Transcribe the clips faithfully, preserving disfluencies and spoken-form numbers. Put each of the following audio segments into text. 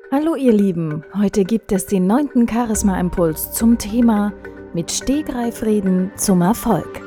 Hallo ihr Lieben, heute gibt es den neunten Charisma-Impuls zum Thema mit Stegreifreden zum Erfolg.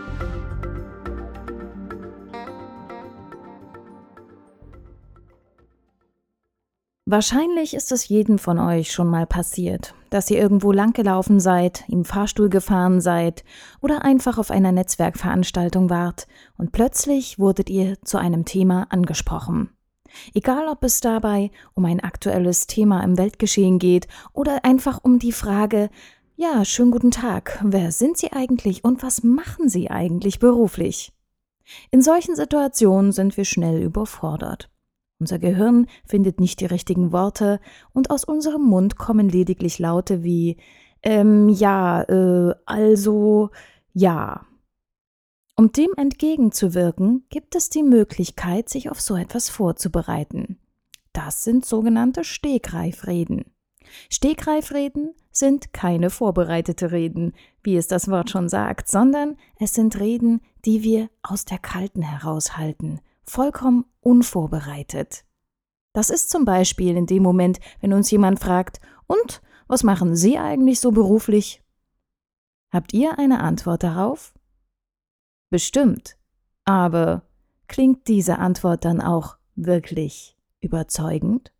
Wahrscheinlich ist es jedem von euch schon mal passiert, dass ihr irgendwo langgelaufen seid, im Fahrstuhl gefahren seid oder einfach auf einer Netzwerkveranstaltung wart und plötzlich wurdet ihr zu einem Thema angesprochen. Egal, ob es dabei um ein aktuelles Thema im Weltgeschehen geht oder einfach um die Frage, ja, schönen guten Tag, wer sind Sie eigentlich und was machen Sie eigentlich beruflich? In solchen Situationen sind wir schnell überfordert. Unser Gehirn findet nicht die richtigen Worte und aus unserem Mund kommen lediglich Laute wie, ähm, ja, äh, also, ja. Um dem entgegenzuwirken, gibt es die Möglichkeit, sich auf so etwas vorzubereiten. Das sind sogenannte Stegreifreden. Stegreifreden sind keine vorbereitete Reden, wie es das Wort schon sagt, sondern es sind Reden, die wir aus der Kalten heraushalten, vollkommen unvorbereitet. Das ist zum Beispiel in dem Moment, wenn uns jemand fragt, und, was machen Sie eigentlich so beruflich? Habt ihr eine Antwort darauf? Bestimmt. Aber klingt diese Antwort dann auch wirklich überzeugend?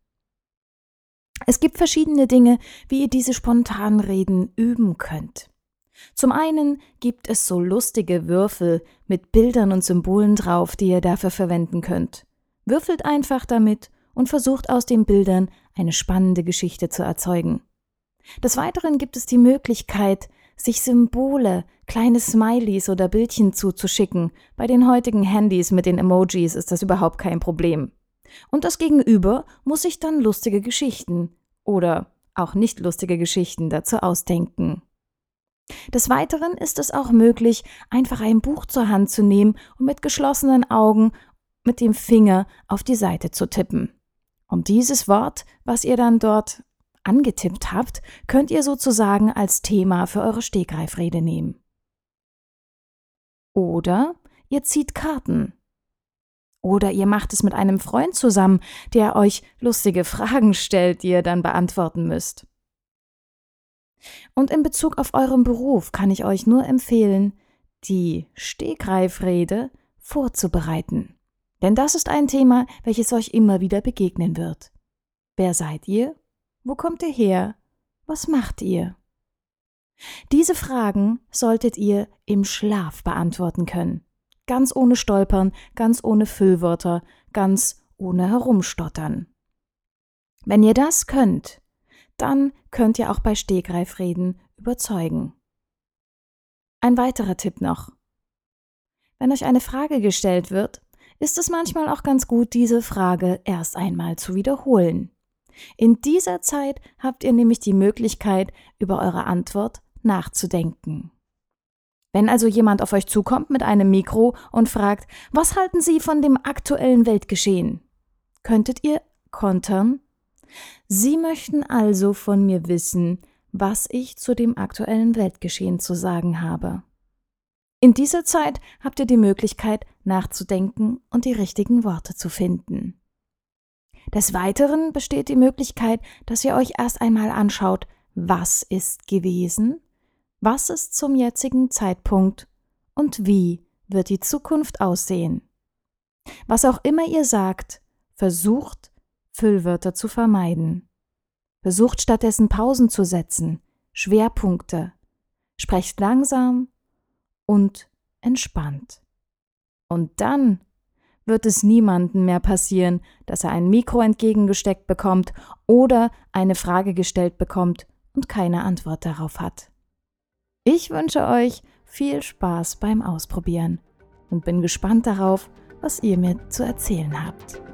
Es gibt verschiedene Dinge, wie ihr diese spontanen Reden üben könnt. Zum einen gibt es so lustige Würfel mit Bildern und Symbolen drauf, die ihr dafür verwenden könnt. Würfelt einfach damit und versucht aus den Bildern eine spannende Geschichte zu erzeugen. Des Weiteren gibt es die Möglichkeit, sich Symbole, kleine Smileys oder Bildchen zuzuschicken. Bei den heutigen Handys mit den Emojis ist das überhaupt kein Problem. Und das Gegenüber muss sich dann lustige Geschichten oder auch nicht lustige Geschichten dazu ausdenken. Des Weiteren ist es auch möglich, einfach ein Buch zur Hand zu nehmen und mit geschlossenen Augen mit dem Finger auf die Seite zu tippen. Und dieses Wort, was ihr dann dort angetippt habt, könnt ihr sozusagen als Thema für eure Stegreifrede nehmen. Oder ihr zieht Karten. Oder ihr macht es mit einem Freund zusammen, der euch lustige Fragen stellt, die ihr dann beantworten müsst. Und in Bezug auf euren Beruf kann ich euch nur empfehlen, die Stegreifrede vorzubereiten. Denn das ist ein Thema, welches euch immer wieder begegnen wird. Wer seid ihr? Wo kommt ihr her? Was macht ihr? Diese Fragen solltet ihr im Schlaf beantworten können. Ganz ohne Stolpern, ganz ohne Füllwörter, ganz ohne Herumstottern. Wenn ihr das könnt, dann könnt ihr auch bei Stegreifreden überzeugen. Ein weiterer Tipp noch. Wenn euch eine Frage gestellt wird, ist es manchmal auch ganz gut, diese Frage erst einmal zu wiederholen. In dieser Zeit habt ihr nämlich die Möglichkeit, über eure Antwort nachzudenken. Wenn also jemand auf euch zukommt mit einem Mikro und fragt, was halten Sie von dem aktuellen Weltgeschehen? Könntet ihr kontern? Sie möchten also von mir wissen, was ich zu dem aktuellen Weltgeschehen zu sagen habe. In dieser Zeit habt ihr die Möglichkeit, nachzudenken und die richtigen Worte zu finden. Des Weiteren besteht die Möglichkeit, dass ihr euch erst einmal anschaut, was ist gewesen, was ist zum jetzigen Zeitpunkt und wie wird die Zukunft aussehen. Was auch immer ihr sagt, versucht, Füllwörter zu vermeiden. Versucht stattdessen Pausen zu setzen, Schwerpunkte. Sprecht langsam und entspannt. Und dann wird es niemandem mehr passieren, dass er ein Mikro entgegengesteckt bekommt oder eine Frage gestellt bekommt und keine Antwort darauf hat. Ich wünsche euch viel Spaß beim Ausprobieren und bin gespannt darauf, was ihr mir zu erzählen habt.